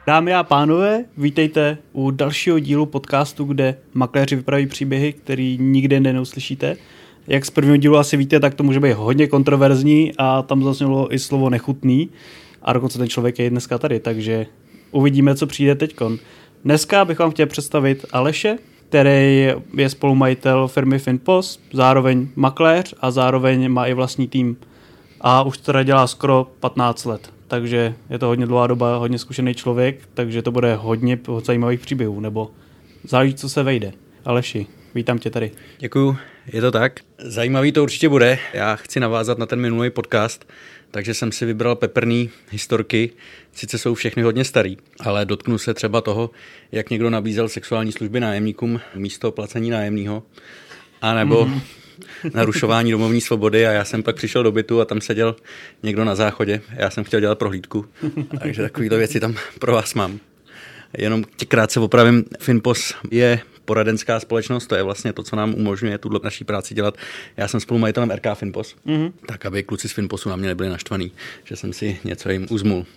Dámy a pánové, vítejte u dalšího dílu podcastu, kde makléři vypráví příběhy, který nikdy neuslyšíte. Jak z prvního dílu asi víte, tak to může být hodně kontroverzní a tam zaznělo i slovo nechutný. A dokonce ten člověk je dneska tady, takže uvidíme, co přijde teďkon. Dneska bych vám chtěl představit Aleše, který je spolumajitel firmy Finpost, zároveň makléř a zároveň má i vlastní tým. A už to teda dělá skoro 15 let. Takže je to hodně dlouhá doba, hodně zkušený člověk, takže to bude hodně zajímavých příběhů, nebo záleží, co se vejde. Aleši, vítám tě tady. Děkuju, je to tak. Zajímavý to určitě bude. Já chci navázat na ten minulý podcast, takže jsem si vybral peprný historky, sice jsou všechny hodně starý, ale dotknu se třeba toho, jak někdo nabízel sexuální služby nájemníkům místo placení nájemního, anebo narušování domovní svobody a já jsem pak přišel do bytu a tam seděl někdo na záchodě. Já jsem chtěl dělat prohlídku, takže takovýhle věci tam pro vás mám. Jenom tě krátce opravím, Finpost je poradenská společnost, to je vlastně to, co nám umožňuje tuhle naší práci dělat. Já jsem spolumajitelem RK Finpost, tak aby kluci z Finpostu na mě nebyli naštvaný, že jsem si něco jim uzmul.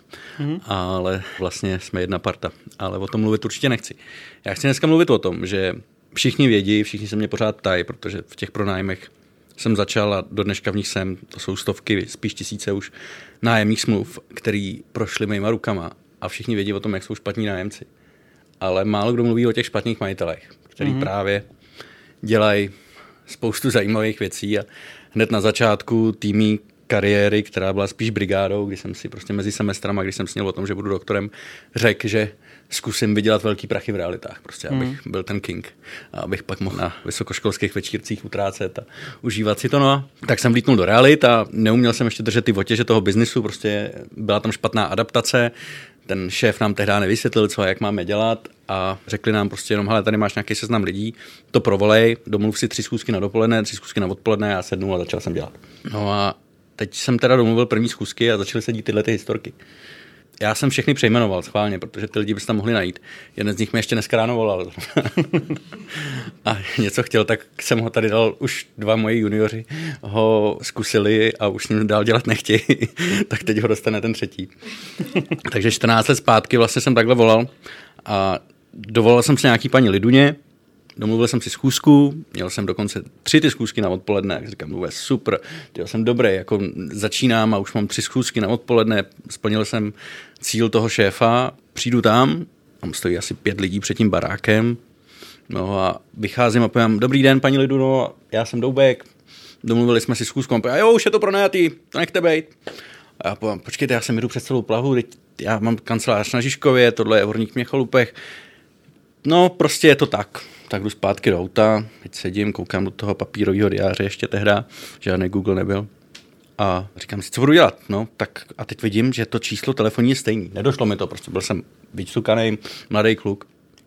Ale vlastně jsme jedna parta. Ale o tom mluvit určitě nechci. Já chci dneska mluvit o tom, že všichni vědí, všichni se mě pořád ptají, protože v těch pronájmech jsem začal a do dneška v nich jsem, to jsou stovky, spíš tisíce už nájemních smluv, který prošly mýma rukama a všichni vědí o tom, jak jsou špatní nájemci. Ale málo kdo mluví o těch špatných majitelech, který právě dělají spoustu zajímavých věcí a hned na začátku týmí kariéry, která byla spíš brigádou, kdy jsem si prostě mezi semestrama, když jsem sněl o tom, že budu doktorem, řekl, že zkusím vydělat velký prachy v realitách, prostě abych byl ten king a abych pak mohl na vysokoškolských večírcích utrácet a užívat si to. No a tak jsem vlítnul do realit a neuměl jsem ještě držet ty otěže toho biznisu, prostě byla tam špatná adaptace. Ten šéf nám tehdy nevysvětlil, co a jak máme dělat a řekli nám prostě jenom, hele, tady máš nějaký seznam lidí, to provolej, domluv si 3 schůzky na dopoledne, 3 schůzky na odpoledne, já sednul a začal jsem dělat. No a teď jsem teda domluvil první schůzky a začaly se dít tyhle ty historky. Já jsem všechny přejmenoval schválně, protože ty lidi byste tam mohli najít. Jeden z nich mi ještě dneska ráno volal. A něco chtěl, tak jsem ho tady dal, už 2 moji junioři ho zkusili a už s ním dál dělat nechtějí. Tak teď ho dostane ten 3. Takže 14 let zpátky vlastně jsem takhle volal a dovolal jsem se nějaký paní Liduně, domluvil jsem si schůzku, měl jsem dokonce 3 ty schůzky na odpoledne, jak říkám, mluvé super, jsem dobrý, jako začínám a už mám 3 schůzky na odpoledne, splnil jsem cíl toho šéfa, přijdu tam stojí asi 5 lidí před tím barákem, no a vycházím a povím, dobrý den, paní Lidu, no, já jsem Doubek, domluvili jsme si schůzku, a jo, už je to pronajatý, to nechte bejt. A já povím, počkejte, já jsem jdu přes celou Prahu, já mám kancelář na Žižkově, tohle je Horních Měchalupech, no prostě je to tak. Tak jdu zpátky do auta, teď sedím, koukám do toho papírového diáře ještě tehda, žádný Google nebyl. A říkám si, co budu dělat? No, tak a teď vidím, že to číslo telefonní je stejný. Nedošlo mi to, prostě byl jsem vycukaný mladý kluk.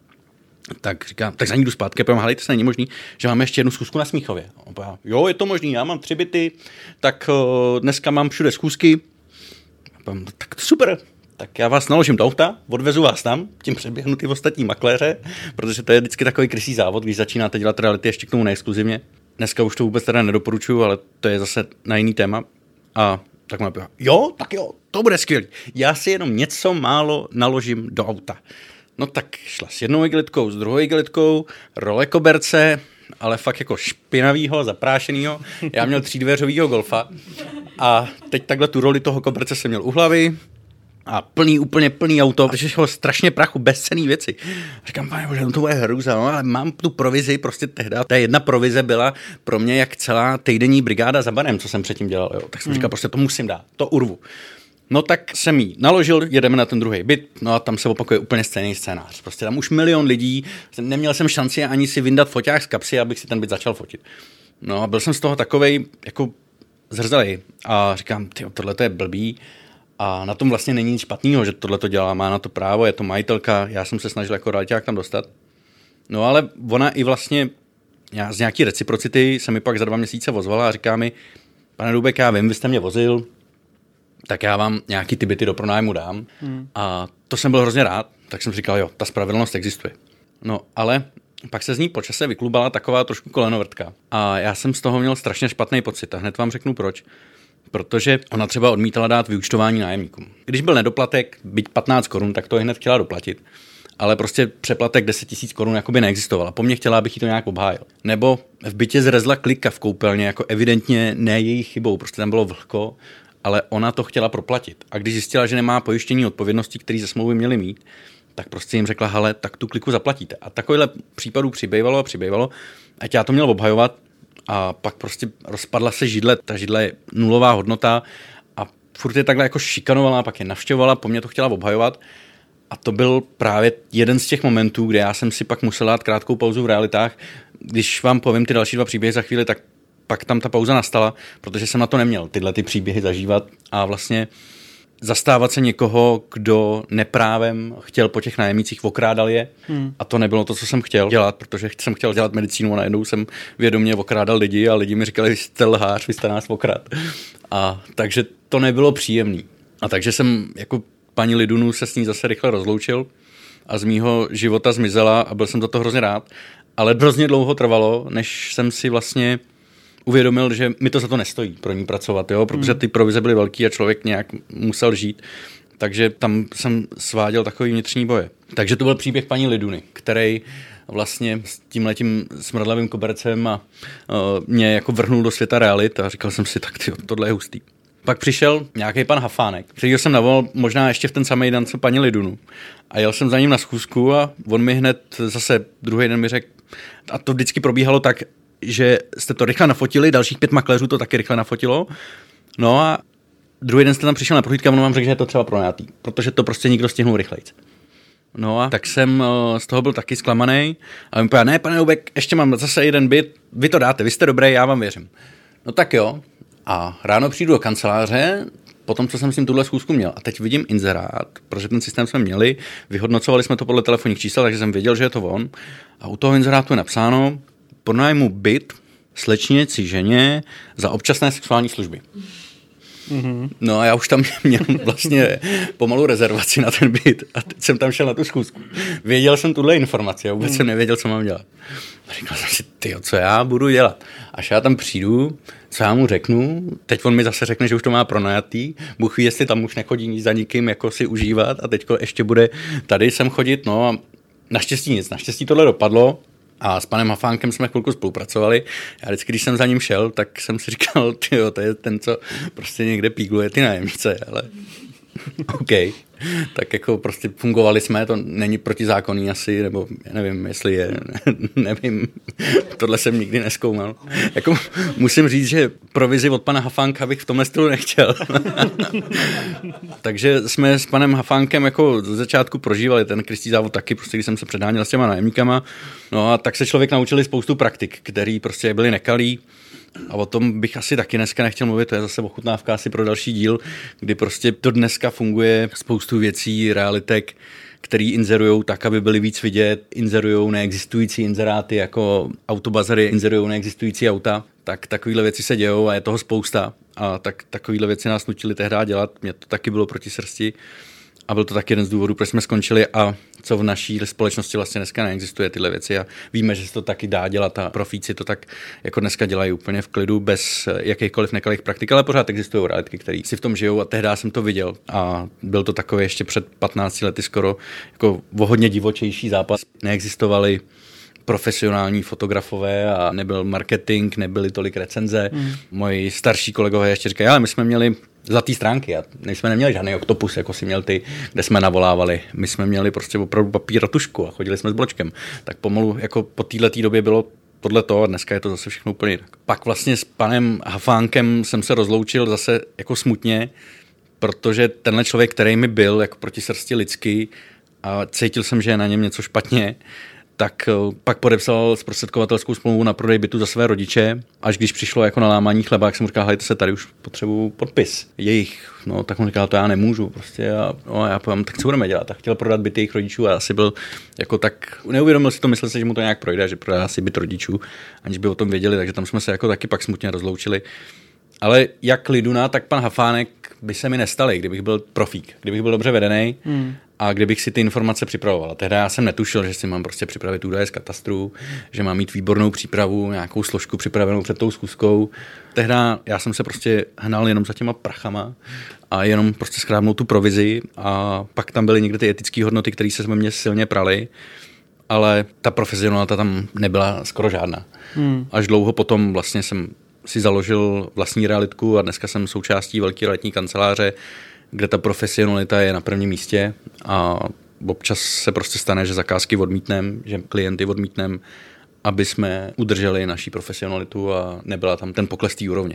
Tak říkám, tak za ní jdu zpátky, povím, hele, to není možný, že máme ještě jednu schůzku na Smíchově. Jo, je to možný, já mám 3 byty, tak dneska mám všude schůzky. Povím, tak super. Tak já vás naložím do auta, odvezu vás tam, tím přeběhnu ty ostatní makléře, protože to je vždycky takový krysý závod, když začínáte dělat reality ještě k tomu neexkluzivně. Dneska už to vůbec teda nedoporučuju, ale to je zase na jiný téma. A tak mi napadlo, jo, to bude skvělý. Já si jenom něco málo naložím do auta. No tak šla s jednou igelitkou, s druhou igelitkou, role koberce, ale fakt jako špinavýho, zaprášenýho. Já měl 3dveřovýho Golfa a teď takhle tu roli toho koberce jsem měl u hlavy. A úplně plný auto, protože šlo strašně prachu, bezcenný věci. Říkám, pane bože, no to bude hrůza, no, ale mám tu provizi, prostě tehda. Ta jedna provize byla pro mě jak celá týdenní brigáda za barem, co jsem předtím dělal, jo. Tak jsem říkal, prostě to musím dát, to urvu. No tak jsem jí naložil, jedeme na ten druhý byt, no a tam se opakuje úplně stejný scénář. Prostě tam už 1 milion lidí, neměl jsem šanci ani si vyndat foťák z kapsy, abych si ten byt začal fotit. No a byl jsem z toho takovej, jako zrzalej. A říkám, tohle to je blbý. A na tom vlastně není nic špatného, že tohle to dělá, má na to právo, je to majitelka, já jsem se snažil jako realiták tam dostat. No ale ona i vlastně, z nějaký reciprocity se mi pak za 2 měsíce ozvala a říká mi, pane Doubek, já vím, vy jste mě vozil, tak já vám nějaký ty byty do pronájmu dám. A to jsem byl hrozně rád, tak jsem říkal, jo, ta spravedlnost existuje. No ale pak se z ní po čase vyklubala taková trošku kolenovrtka. A já jsem z toho měl strašně špatný pocit a hned vám řeknu proč. protože ona třeba odmítala dát vyúčtování nájemníkům. Když byl nedoplatek, byť 15 korun, tak to hned chtěla doplatit. Ale prostě přeplatek 10 000 korun jakoby neexistoval. Po mně chtěla, abych jí to nějak obhájil. Nebo v bytě zrezla klika v koupelně, jako evidentně ne její chybou, prostě tam bylo vlhko, ale ona to chtěla proplatit. A když zjistila, že nemá pojištění odpovědnosti, který ze smlouvy měli mít, tak prostě jim řekla, hele, tak tu kliku zaplatíte. A takovýhle případů přibývalo, ať já to měl obhajovat a pak prostě rozpadla se židle, ta židle je nulová hodnota a furt je takhle jako šikanovala, pak je navštěvovala, po mně to chtěla obhajovat. A to byl právě jeden z těch momentů, kde já jsem si pak musel dát krátkou pauzu v realitách. Když vám povím ty další 2 příběhy za chvíli, tak pak tam ta pauza nastala, protože jsem na to neměl tyhle ty příběhy zažívat a vlastně zastávat se někoho, kdo neprávem chtěl po těch nájemnících, okrádal je. A to nebylo to, co jsem chtěl dělat, protože jsem chtěl dělat medicínu a najednou jsem vědomě okrádal lidi a lidi mi říkali, vy jste lhář, vy jste nás okrad. A takže to nebylo příjemný. A takže jsem jako paní Lidunu se s ní zase rychle rozloučil a z mýho života zmizela a byl jsem za to hrozně rád. Ale hrozně dlouho trvalo, než jsem si vlastně uvědomil, že mi to za to nestojí pro ní pracovat, jo? Protože ty provize byly velký a člověk nějak musel žít. Takže tam jsem sváděl takový vnitřní boje. Takže to byl příběh paní Liduny, který vlastně s tímhletím smradlavým kobercem a mě jako vrhnul do světa realit a říkal jsem si, tak tyjo, tohle je hustý. Pak přišel nějaký pan Hafánek, kterýho jsem navolal možná ještě v ten samý den, co paní Lidunu. A jel jsem za ním na schůzku a on mi hned zase druhý den mi řekl, a to vždycky probíhalo tak, že jste to rychle nafotili, dalších 5 makléřů to taky rychle nafotilo. No a druhý den jste tam přišel na prohlídku a on vám řekl, že je to třeba pronajatý, protože to prostě nikdo stihnul rychlejc. No a tak jsem z toho byl taky zklamaný a on povedal, ne, pane Houbek, ještě mám zase jeden byt, vy to dáte, vy jste dobrý, já vám věřím. No tak jo. A ráno přijdu do kanceláře, potom, co jsem s tím tuhle schůzku měl. A teď vidím inzerát, protože ten systém jsme měli, vyhodnocovali jsme to podle telefonních čísel, takže jsem věděl, že je to on. A u toho inzerátu je napsáno, pronájmu byt slečnici ženě za občasné sexuální služby. No a já už tam měl vlastně pomalu rezervaci na ten byt a teď jsem tam šel na tu schůzku. Věděl jsem tuhle informaci a vůbec jsem nevěděl, co mám dělat. A říkal jsem si, tyjo, co já budu dělat? Až já tam přijdu, co já mu řeknu, teď on mi zase řekne, že už to má pronajatý, Bůh ví, jestli tam už nechodí nic za nikým jako si užívat a teďko ještě bude tady sem chodit, no a naštěstí nic, naštěstí tohle dopadlo. A s panem Hafánkem jsme chvilku spolupracovali. Já vždycky, když jsem za ním šel, tak jsem si říkal, tyjo, to je ten, co prostě někde pígluje ty nájemnice, ale OK. Tak jako prostě fungovali jsme, to není protizákonný asi, nebo já nevím, jestli je, nevím, tohle jsem nikdy nezkoumal. Jako musím říct, že provizi od pana Hafánka bych v tomhle stylu nechtěl. Takže jsme s panem Hafánkem jako ze začátku prožívali ten kristý závod taky, prostě když jsem se předháněl s těma nájemníkama. No a tak se člověk naučili spoustu praktik, který prostě byly nekalý. A o tom bych asi taky dneska nechtěl mluvit, to je zase ochutnávka asi pro další díl, kdy prostě do dneska funguje spoustu věcí, realitek, který inzerujou tak, aby byly víc vidět, inzerujou neexistující inzeráty, jako autobazary inzerujou neexistující auta, tak takovéhle věci se dějou a je toho spousta. A tak takovéhle věci nás nutili tehdy dělat, mě to taky bylo proti srsti. A byl to taky jeden z důvodů, proč jsme skončili a co v naší společnosti vlastně dneska neexistuje tyhle věci a víme, že se to taky dá dělat a profíci to tak jako dneska dělají úplně v klidu bez jakýchkoliv nekalých praktik, ale pořád existují realitky, které si v tom žijou a tehdy jsem to viděl a byl to takový ještě před 15 lety skoro jako o hodně divočejší zápas. Neexistovaly profesionální fotografové a nebyl marketing, nebyly tolik recenze. Moji starší kolegové ještě říkají, ale my jsme měli zlatý stránky a my jsme neměli žádný oktopus, jako si měl ty, kde jsme navolávali. My jsme měli prostě opravdu papír a tušku a chodili jsme s bločkem. Tak pomalu jako po této době bylo tohleto a dneska je to zase všechno úplně jinak. Pak vlastně s panem Hafánkem jsem se rozloučil zase jako smutně, protože tenhle člověk, který mi byl jako proti srsti lidský a cítil jsem, že je na něm něco špatně, tak pak podepsal zprostředkovatelskou smlouvu na prodej bytu za své rodiče. Až když přišlo jako na lámání chleba, jak jsem říkal, hejte se, tady už potřebuju podpis jejich. No, tak on říkal, to já nemůžu prostě. A já povím, tak co budeme dělat? A chtěl prodat byt jejich rodičů a asi byl jako tak, neuvědomil si to, myslel si, že mu to nějak projde, že prodá asi byt rodičů, aniž by o tom věděli, takže tam jsme se jako taky pak smutně rozloučili. Ale jak Liduna, tak pan Hafánek by se mi nestali, kdybych byl profík, kdybych byl dobře vedený a kdybych si ty informace připravoval. Tehdy já jsem netušil, že si mám prostě připravit údaje z katastru, že mám mít výbornou přípravu, nějakou složku připravenou před tou schůzkou. Tehdy já jsem se prostě hnal jenom za těma prachama a jenom prostě skrábnout tu provizi a pak tam byly někde ty etické hodnoty, které se ve mně silně praly, ale ta profesionalita tam nebyla skoro žádná. Až dlouho potom vlastně jsem si založil vlastní realitku a dneska jsem součástí velké realitní kanceláře, kde ta profesionalita je na prvním místě a občas se prostě stane, že zakázky odmítnem, že klienty odmítnem, aby jsme udrželi naší profesionalitu a nebyla tam ten pokles té úrovně.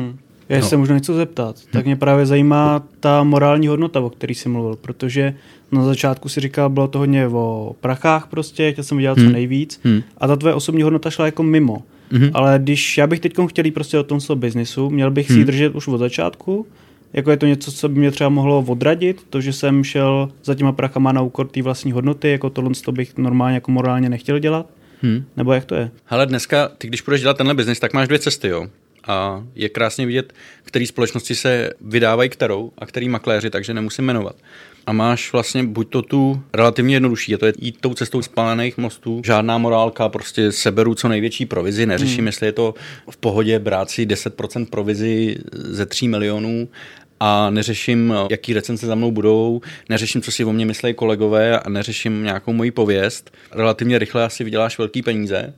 Já se možná něco zeptat. Tak mě právě zajímá ta morální hodnota, o který jsi mluvil, protože na začátku si říkal, bylo to hodně o prachách prostě, chtěl jsem vydělat co nejvíc a ta tvoje osobní hodnota šla jako mimo. Ale když já bych teď chtěl jít prostě do tomto biznisu, měl bych si ji držet už od začátku, jako je to něco, co by mě třeba mohlo odradit, to, že jsem šel za těma prachama na úkor té vlastní hodnoty, jako tohle bych normálně jako morálně nechtěl dělat, nebo jak to je? Hele, dneska, ty když budeš dělat tenhle biznis, tak máš 2 cesty, jo. A je krásně vidět, který společnosti se vydávají kterou a který makléři, takže nemusím jmenovat. A máš vlastně buď to tu relativně jednodušší, a to je jít tou cestou spálených mostů, žádná morálka, prostě seberu co největší provizi, neřeším, jestli je to v pohodě brát si 10% provizi ze 3 milionů a neřeším, jaký recenze za mnou budou, neřeším, co si o mě myslí kolegové a neřeším nějakou moji pověst. Relativně rychle asi vyděláš velký peníze.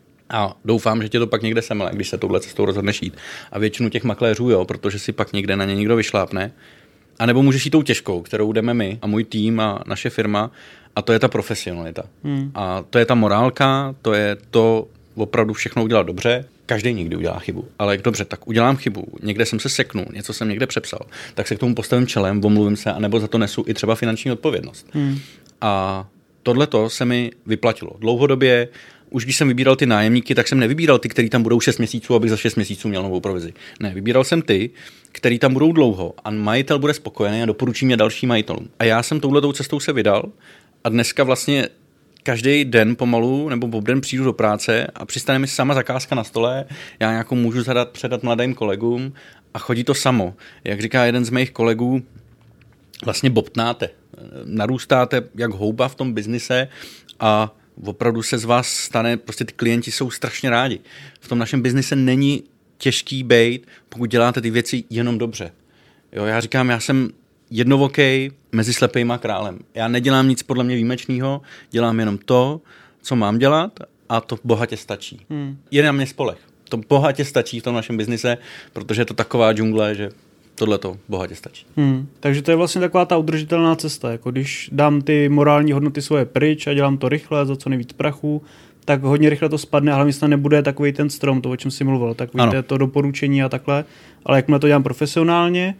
A doufám, že tě to pak někde semele, když se touhle cestou rozhodneš jít. A většinu těch makléřů, jo, protože si pak někde na ně někdo vyšlápne. A nebo můžeš jít tou těžkou, kterou jdeme my a můj tým a naše firma, a to je ta profesionalita. A to je ta morálka, to je to opravdu všechno udělat dobře. Každý někdy udělá chybu, ale dobře, tak udělám chybu, někde jsem se seknul, něco jsem někde přepsal, tak se k tomu postavím čelem, omluvím se, anebo za to nesu i třeba finanční odpovědnost. A tohleto se mi vyplatilo. Dlouhodobě, už když jsem vybíral ty nájemníky, tak jsem nevybíral ty, který tam budou 6 měsíců, abych za 6 měsíců měl novou provizi. Ne, vybíral jsem ty, který tam budou dlouho a majitel bude spokojený a doporučí mě dalším majitelům. A já jsem touhletou cestou se vydal a dneska vlastně každý den pomalu nebo po den přijdu do práce a přistane mi sama zakázka na stole, já nějakou můžu předat mladým kolegům a chodí to samo. Jak říká jeden z mých kolegů, vlastně bobtnáte, narůstáte jak houba v tom biznise a opravdu se z vás stane, prostě ty klienti jsou strašně rádi. V tom našem biznise není těžký bejt, pokud děláte ty věci jenom dobře. Jo, já říkám, já jsem jednovokej mezi slepejma králem. Já nedělám nic podle mě výjimečného, dělám jenom to, co mám dělat a to bohatě stačí. Je na mě spoleh. To bohatě stačí v tom našem biznise, protože je to taková džungle, že tohle to bohatě stačí. Takže to je vlastně taková ta udržitelná cesta. Jako když dám ty morální hodnoty svoje pryč a dělám to rychle, za co nejvíc prachu, tak hodně rychle to spadne a hlavně nebude takový ten strom, to, o čem jsi mluvil, takový to doporučení a takhle. Ale jakmile to dělám profesionálně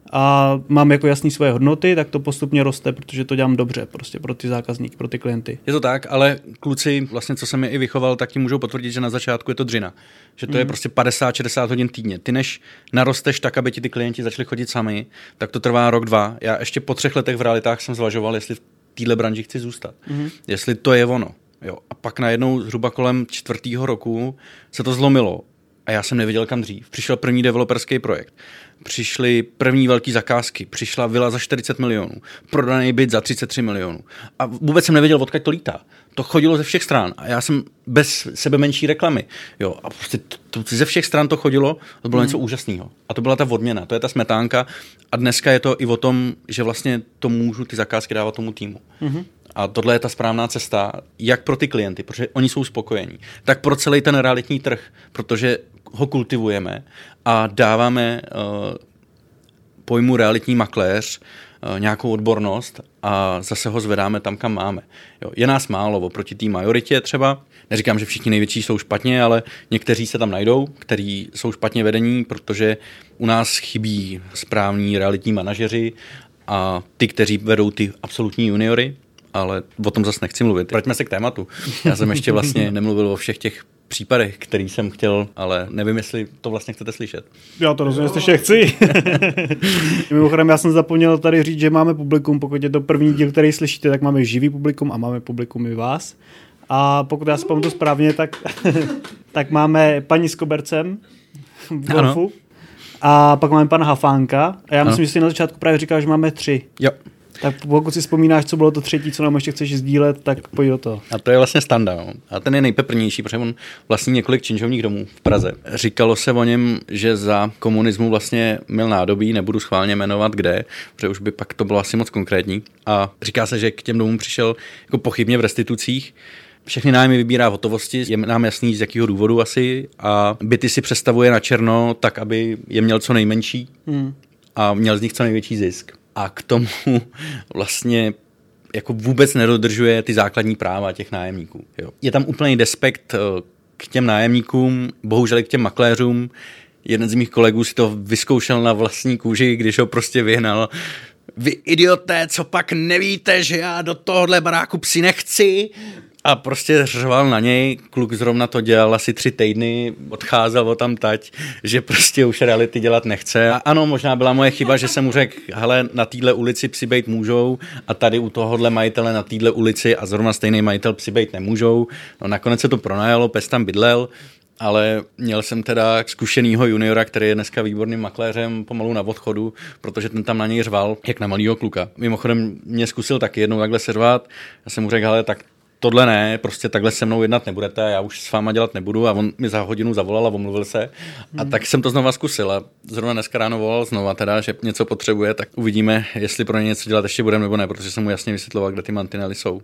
a mám jako jasný svoje hodnoty, tak to postupně roste, protože to dělám dobře prostě pro ty zákazníky, pro ty klienty. Je to tak, ale kluci, vlastně co jsem je i vychoval, tak ti můžou potvrdit, že na začátku je to dřina. Že to je prostě 50-60 hodin týdně. Ty než narosteš tak, aby ti ty klienti začali chodit sami, tak to trvá rok, 2. Já ještě po 3 letech v realitách jsem zvažoval, jestli v téhle branži chci zůstat. Jestli to je ono. Jo. A pak najednou zhruba kolem 4. roku se to zlomilo. A já jsem nevěděl, kam dřív. Přišel první developerský projekt. Přišly první velké zakázky. Přišla vila za 40 milionů. Prodaný byt za 33 milionů. A vůbec jsem nevěděl, odkud to lítá. To chodilo ze všech stran. A já jsem bez sebe menší reklamy. Jo, a prostě ze všech stran to chodilo. To bylo něco úžasného. A to byla ta odměna. To je ta smetánka. A dneska je to i o tom, že vlastně to můžu ty zakázky dávat tomu týmu. A tohle je ta správná cesta, jak pro ty klienty, protože oni jsou spokojení, tak pro celý ten realitní trh, protože ho kultivujeme a dáváme pojmu realitní makléř nějakou odbornost a zase ho zvedáme tam, kam máme. Jo, je nás málo oproti té majoritě třeba. Neříkám, že všichni největší jsou špatně, ale někteří se tam najdou, kteří jsou špatně vedení, protože u nás chybí správní realitní manažeři a ty, kteří vedou ty absolutní juniory, ale o tom zase nechci mluvit. Vraťme se k tématu. Já jsem ještě vlastně nemluvil o všech těch případech, který jsem chtěl, ale nevím, jestli to vlastně chcete slyšet. Já to rozumím, jestli chci. Mimochodem, já jsem zapomněl tady říct, že máme publikum, pokud je to první díl, který slyšíte, tak máme živý publikum a máme publikum i vás. A pokud já si pamatuju správně, tak máme paní s kobercem v golfu. a pak máme pana Hafánka a já myslím, Ano. že jsi na začátku právě říkal, že máme 3. Jo. Tak pokud si vzpomínáš, co bylo to 3., co nám ještě chceš sdílet, tak pojď do toho. A to je vlastně Standa. No. A ten je nejpeprnější, protože on vlastní několik činžovních domů v Praze. Říkalo se o něm, že za komunismu vlastně měl nádobí, nebudu schválně jmenovat kde, protože už by pak to bylo asi moc konkrétní. A říká se, že k těm domům přišel jako pochybně v restitucích. Všechny nájmy vybírá v hotovosti, je nám jasný z jakého důvodu asi, a byty si přestavuje na černo tak, aby je měl co nejmenší a měl z nich co největší zisk. A k tomu vlastně jako vůbec nedodržuje ty základní práva těch nájemníků. Jo. Je tam úplný despekt k těm nájemníkům, bohužel i k těm makléřům. Jeden z mých kolegů si to vyzkoušel na vlastní kůži, když ho prostě vyhnal. Vy idioté, co pak nevíte, že já do tohohle baráku psi nechci? A prostě řval na něj, kluk zrovna to dělal asi 3 týdny, odcházel o tam tať, že prostě už reality dělat nechce. A ano, možná byla moje chyba, že jsem mu řekl, hele, na téhle ulici psi bejt můžou a tady u tohohle majitele na téhle ulici a zrovna stejný majitel psi bejt nemůžou. No nakonec se to pronajalo, pes tam bydlel, ale měl jsem teda zkušenýho juniora, který je dneska výborným makléřem pomalu na odchodu, protože ten tam na něj řval, jak na malýho kluka. Mimochodem mě zkusil taky jednou takhle se řvat, já jsem mu řekl, hele, tak tohle ne, prostě takhle se mnou jednat nebudete, já už s váma dělat nebudu, a on mi za hodinu zavolal a omluvil se a tak jsem to znova zkusil a zrovna dneska ráno volal znova teda, že něco potřebuje, tak uvidíme, jestli pro ně něco dělat ještě budeme nebo ne, protože jsem mu jasně vysvětloval, kde ty mantinely jsou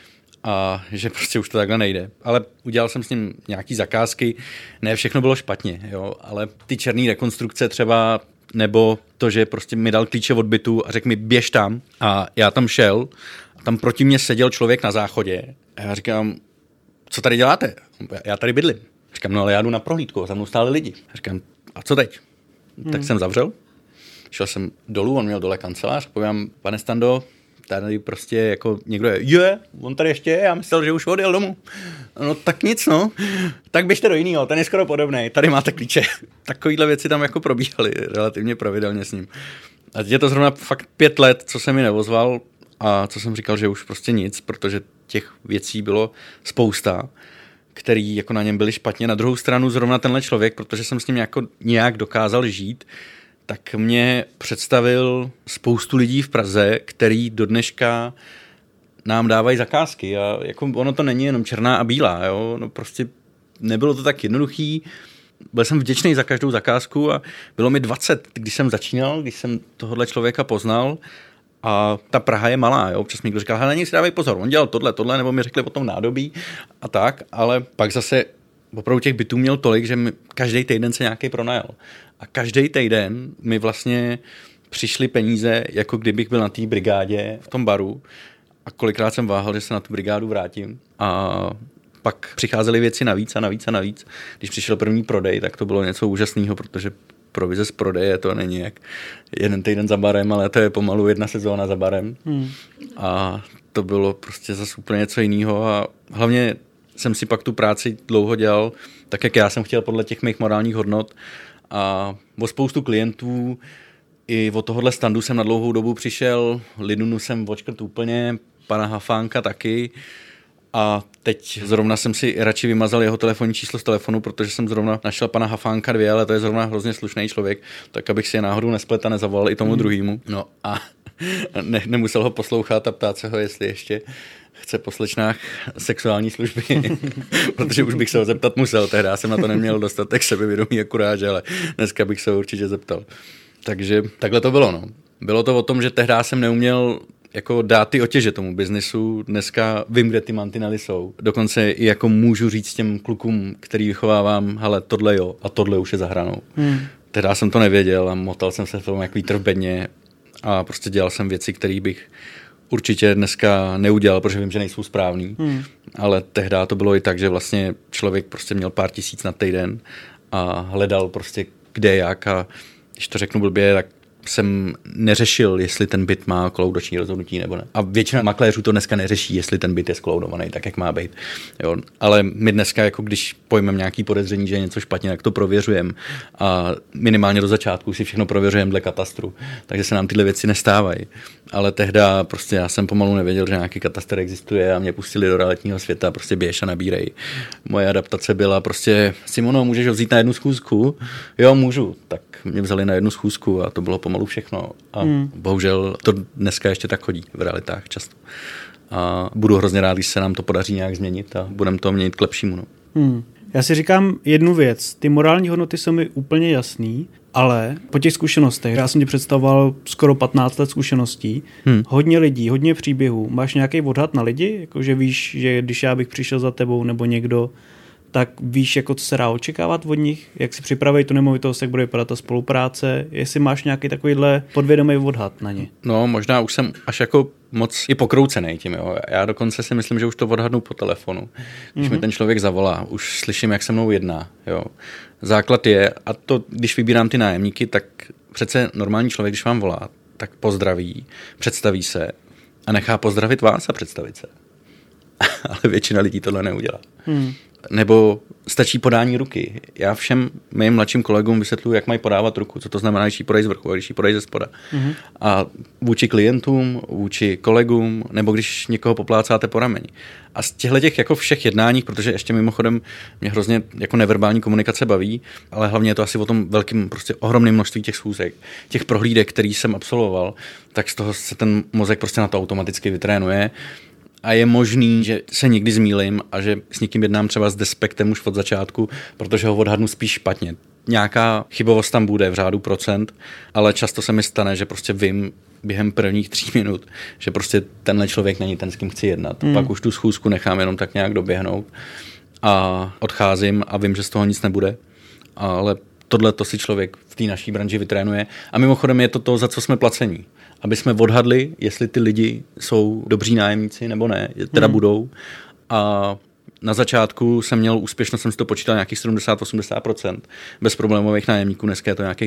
a že prostě už to takhle nejde. Ale udělal jsem s ním nějaký zakázky, ne všechno bylo špatně, jo, ale ty černé rekonstrukce třeba, nebo to, že prostě mi dal klíče od bytu a řekl mi běž tam a já tam šel. Tam proti mně seděl člověk na záchodě a já říkám, co tady děláte? Já tady bydlím. Říkám, no ale já jdu na prohlídku, za mnou stáli lidi. A říkám, a co teď? Tak jsem zavřel, šel jsem dolů, on měl dole kancelář, povídám, pane Stando, tady prostě jako někdo je, on tady ještě je, já myslel, že už odjel domů. No tak nic, no, tak běžte do jinýho, ten je skoro podobnej, tady máte klíče. Takovýhle věci tam jako probíhaly relativně pravidelně s ním. A teď je to zrovna fakt 5 let, co se mi neozval, a co jsem říkal, že už prostě nic, protože těch věcí bylo spousta, který jako na něm byly špatně. Na druhou stranu zrovna tenhle člověk, protože jsem s ním jako nějak dokázal žít, tak mě představil spoustu lidí v Praze, který do dneška nám dávají zakázky. A jako ono to není jenom černá a bílá, jo? No prostě nebylo to tak jednoduchý. Byl jsem vděčný za každou zakázku a bylo mi 20, když jsem začínal, když jsem tohohle člověka poznal. A ta Praha je malá, jo? Občas mi někdo říkal, hele, na něj si dávej pozor, on dělal tohle, nebo mi řekli o tom nádobí a tak, ale pak zase opravdu těch bytů měl tolik, že každý týden se nějaký pronajal. A každý týden mi vlastně přišly peníze, jako kdybych byl na té brigádě v tom baru a kolikrát jsem váhal, že se na tu brigádu vrátím a pak přicházely věci navíc a navíc a navíc. Když přišel první prodej, tak to bylo něco úžasného, protože provize z prodeje to není jak jeden týden za barem, ale to je pomalu 1 sezóna za barem. A to bylo prostě zase úplně něco jiného a hlavně jsem si pak tu práci dlouho dělal, tak jak já jsem chtěl podle těch mých morálních hodnot a o spoustu klientů i od tohohle standu jsem na dlouhou dobu přišel, Lidunu jsem odškrt úplně, pana Hafánka taky. A teď zrovna jsem si radši vymazal jeho telefonní číslo z telefonu, protože jsem zrovna našel pana Hafánka 2, ale to je zrovna hrozně slušný člověk, tak abych si je náhodou nesplet a nezavolal i tomu druhému. No a nemusel ho poslouchat a ptát se ho, jestli ještě chce po slečnách sexuální služby, protože už bych se ho zeptat musel, tehdy jsem na to neměl dostatek sebevědomí a kuráže, ale dneska bych se ho určitě zeptal. Takže takhle to bylo, no. Bylo to o tom, že tehdy jsem neuměl jako dát ty otěže tomu biznisu, dneska vím, kde ty mantinely jsou. Dokonce i jako můžu říct těm klukům, který vychovávám, hele, tohle jo a tohle už je za hranou. Tehdy jsem to nevěděl a motal jsem se v tom jak vítr v bedně a prostě dělal jsem věci, které bych určitě dneska neudělal, protože vím, že nejsou správný. Ale tehdy to bylo i tak, že vlastně člověk prostě měl pár tisíc na týden a hledal prostě kde jak a když to řeknu blbě, tak jsem neřešil, jestli ten byt má kolaudační rozhodnutí nebo ne. A většina makléřů to dneska neřeší, jestli ten byt je skolaudovaný tak, jak má být. Jo. Ale my dneska, jako když pojmeme nějaký podezření, že je něco špatně, tak to prověřujeme. A minimálně do začátku si všechno prověřujeme dle katastru. Takže se nám tyhle věci nestávají. Ale tehdy prostě já jsem pomalu nevěděl, že nějaký katastr existuje a mě pustili do realitního světa, prostě běž a nabírej. Moje adaptace byla prostě, Simono, můžeš ho vzít na jednu schůzku? Jo, můžu. Tak mě vzali na jednu schůzku a to bylo pomalu všechno. A bohužel to dneska ještě tak chodí v realitách často. A budu hrozně rád, když se nám to podaří nějak změnit a budeme to měnit k lepšímu. No. Já si říkám jednu věc. Ty morální hodnoty jsou mi úplně jasný, ale po těch zkušenostech, já jsem ti představoval skoro 15 let zkušeností, hodně lidí, hodně příběhů. Máš nějaký odhad na lidi? Jakože víš, že když já bych přišel za tebou nebo někdo, tak víš, jako co se dá očekávat od nich? Jak si připraví tu nemovitost, jak bude vypadat ta spolupráce? Jestli máš nějaký takovýhle podvědomý odhad na ně? No, možná už jsem až jako moc i pokroucený tím, jo. Já dokonce si myslím, že už to odhadnu po telefonu. Když mi ten člověk zavolá, už slyším, jak se mnou jedná, jo. Základ je, a to, když vybírám ty nájemníky, tak přece normální člověk, když vám volá, tak pozdraví, představí se a nechá pozdravit vás a představit se. Ale většina lidí tohle neudělá. Nebo stačí podání ruky. Já všem mým mladším kolegům vysvětluji, jak mají podávat ruku, co to znamená, když ji podají z vrchu a když ji podají ze spoda. A vůči klientům, vůči kolegům, nebo když někoho poplácáte po rameni. A z těch jako všech jednáních, protože ještě mimochodem mě hrozně jako neverbální komunikace baví, ale hlavně je to asi o tom velkým, prostě ohromném množství těch schůzek, těch prohlídek, který jsem absolvoval, tak z toho se ten mozek prostě na to automaticky vytrénuje. A je možný, že se někdy zmýlím a že s někým jednám třeba s despektem už od začátku, protože ho odhadnu spíš špatně. Nějaká chybovost tam bude v řádu procent, ale často se mi stane, že prostě vím během prvních 3 minut, že prostě tenhle člověk není ten, s kým chci jednat. Pak už tu schůzku nechám jenom tak nějak doběhnout a odcházím a vím, že z toho nic nebude. Ale tohle to si člověk v té naší branži vytrénuje. A mimochodem je to, za co jsme placení. Aby jsme odhadli, jestli ty lidi jsou dobří nájemníci nebo ne, teda budou. A na začátku jsem měl úspěšnost, jsem si to počítal nějakých 70-80% bezproblémových nájemníků, dneska je to nějakých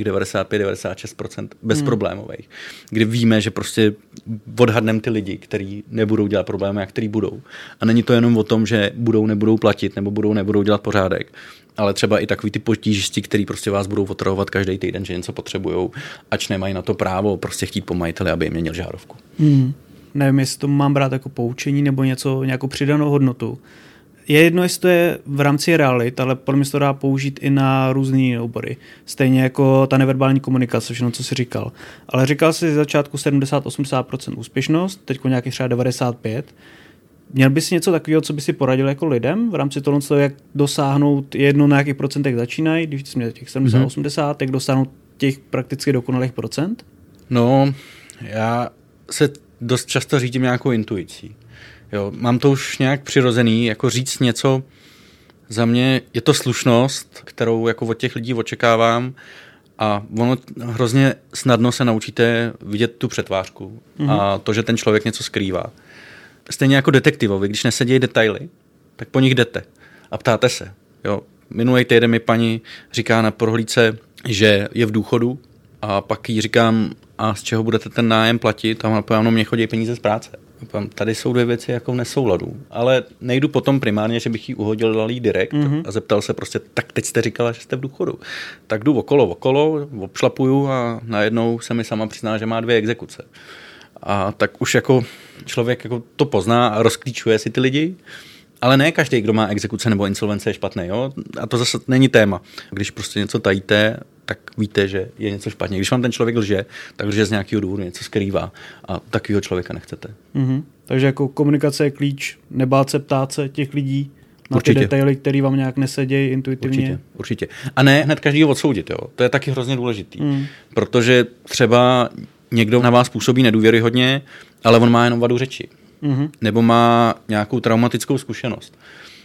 95-96% bezproblémových, kdy víme, že prostě odhadneme ty lidi, kteří nebudou dělat problémy a kteří budou. A není to jenom o tom, že nebudou platit nebo nebudou dělat pořádek, ale třeba i takový ty potížisti, který prostě vás budou otravovat každý týden, že něco potřebujou, ač nemají na to právo prostě chtít po majiteli, aby jim měnil žárovku. Nevím, jestli to mám brát jako poučení nebo nějakou přidanou hodnotu. Je jedno, jestli to je v rámci realit, ale podle mě se to dá použít i na různý obory. Stejně jako ta neverbální komunikace, všechno, co jsi říkal. Ale říkal jsi z začátku 70-80% úspěšnost, teď nějakých třeba 95%. Měl bys něco takového, co by si poradil jako lidem v rámci toho, jak dosáhnout, jedno na jakých procentech začínají, když jsi měl těch 70-80, jak dosáhnout těch prakticky dokonalých procent? No, já se dost často řídím nějakou intuicí. Jo, mám to už nějak přirozený, jako říct něco, za mě je to slušnost, kterou jako od těch lidí očekávám a ono hrozně snadno se naučíte vidět tu přetvářku a to, že ten člověk něco skrývá. Stejně jako detektivovi, když nesedějí detaily, tak po nich jdete a ptáte se. Jo. Minulý týden mi paní říká na prohlídce, že je v důchodu a pak jí říkám, a z čeho budete ten nájem platit? A ona pověděla, no mě chodí peníze z práce. Tady jsou 2 věci jako v nesouladu, ale nejdu potom primárně, že bych jí uhodil, dal jí direkt a zeptal se prostě, tak teď jste říkala, že jste v důchodu. Tak jdu okolo, obšlapuju a najednou se mi sama přizná, že má 2 exekuce. A tak už jako člověk jako to pozná a rozklíčuje si ty lidi, ale ne každý, kdo má exekuce nebo insolvence, je špatný. Jo? A to zase není téma. Když prostě něco tajíte, tak víte, že je něco špatně. Když vám ten člověk lže, tak lže z nějakého důvodu, něco skrývá a takového člověka nechcete. Takže jako komunikace je klíč, nebát se, ptát se těch lidí na ty detaily, které vám nějak nesedějí intuitivně. Určitě. A ne hned každýho odsoudit. Jo? To je taky hrozně důležitý. Protože třeba někdo na vás působí nedůvěryhodně, ale on má jenom vadu řeči. Nebo má nějakou traumatickou zkušenost.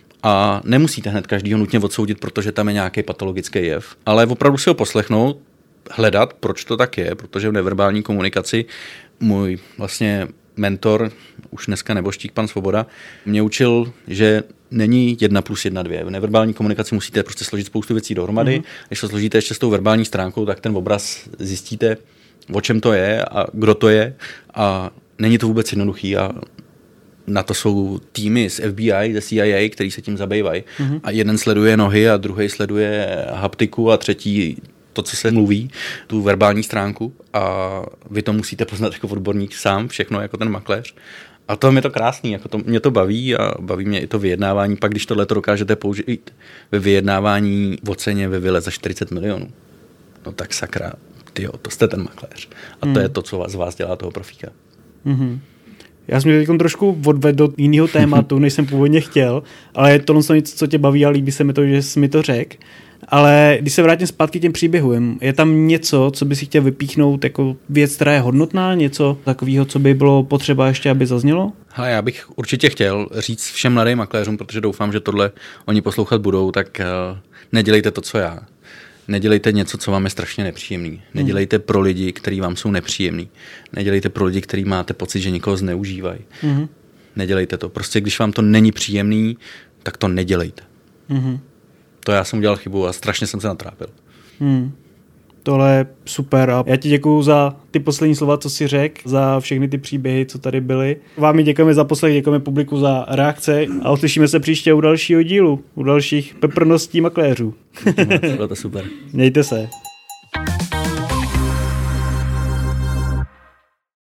A nemusíte hned každýho nutně odsoudit, protože tam je nějaký patologický jev, ale opravdu si ho poslechnout, hledat, proč to tak je, protože v neverbální komunikaci můj vlastně mentor, už dneska neboštík, pan Svoboda, mě učil, že není 1+1=2. V neverbální komunikaci musíte prostě složit spoustu věcí dohromady. Když to složíte ještě s tou verbální stránkou, tak ten obraz zjistíte, o čem to je a kdo to je. A není to vůbec jednoduchý a na to jsou týmy z FBI, ze CIA, který se tím zabývají. A jeden sleduje nohy a druhý sleduje haptiku a třetí to, co se mluví, tu verbální stránku a vy to musíte poznat jako odborník sám, všechno jako ten makléř. A to je to krásný, jako mě to baví a baví mě i to vyjednávání. Pak, když tohle to dokážete použít ve vyjednávání v oceně ve vile za 40 milionů. no tak sakra, tyjo, to jste ten makléř. A to je to, co z vás dělá toho profíka. Já jsem mě teď trošku odvedl do jiného tématu, než jsem původně chtěl, ale je to něco, co tě baví a líbí se mi to, že jsi mi to řekl. Ale když se vrátím zpátky k těm příběhům, je tam něco, co by si chtěl vypíchnout jako věc, která je hodnotná, něco takového, co by bylo potřeba ještě, aby zaznělo? Hele, já bych určitě chtěl říct všem mladým makléřům, protože doufám, že tohle oni poslouchat budou, tak nedělejte to, co já. Nedělejte něco, co vám je strašně nepříjemný. Nedělejte pro lidi, kteří vám jsou nepříjemný. Nedělejte pro lidi, kteří máte pocit, že někoho zneužívají. Nedělejte to. Prostě když vám to není příjemný, tak to nedělejte. To já jsem udělal chybu a strašně jsem se natrápil. Tohle je super a já ti děkuju za ty poslední slova, co jsi řekl, za všechny ty příběhy, co tady byly. Vám i děkujeme za poslech, děkujeme publiku za reakce a uslyšíme se příště u dalšího dílu, u dalších peprností makléřů. Bylo to super. Mějte se.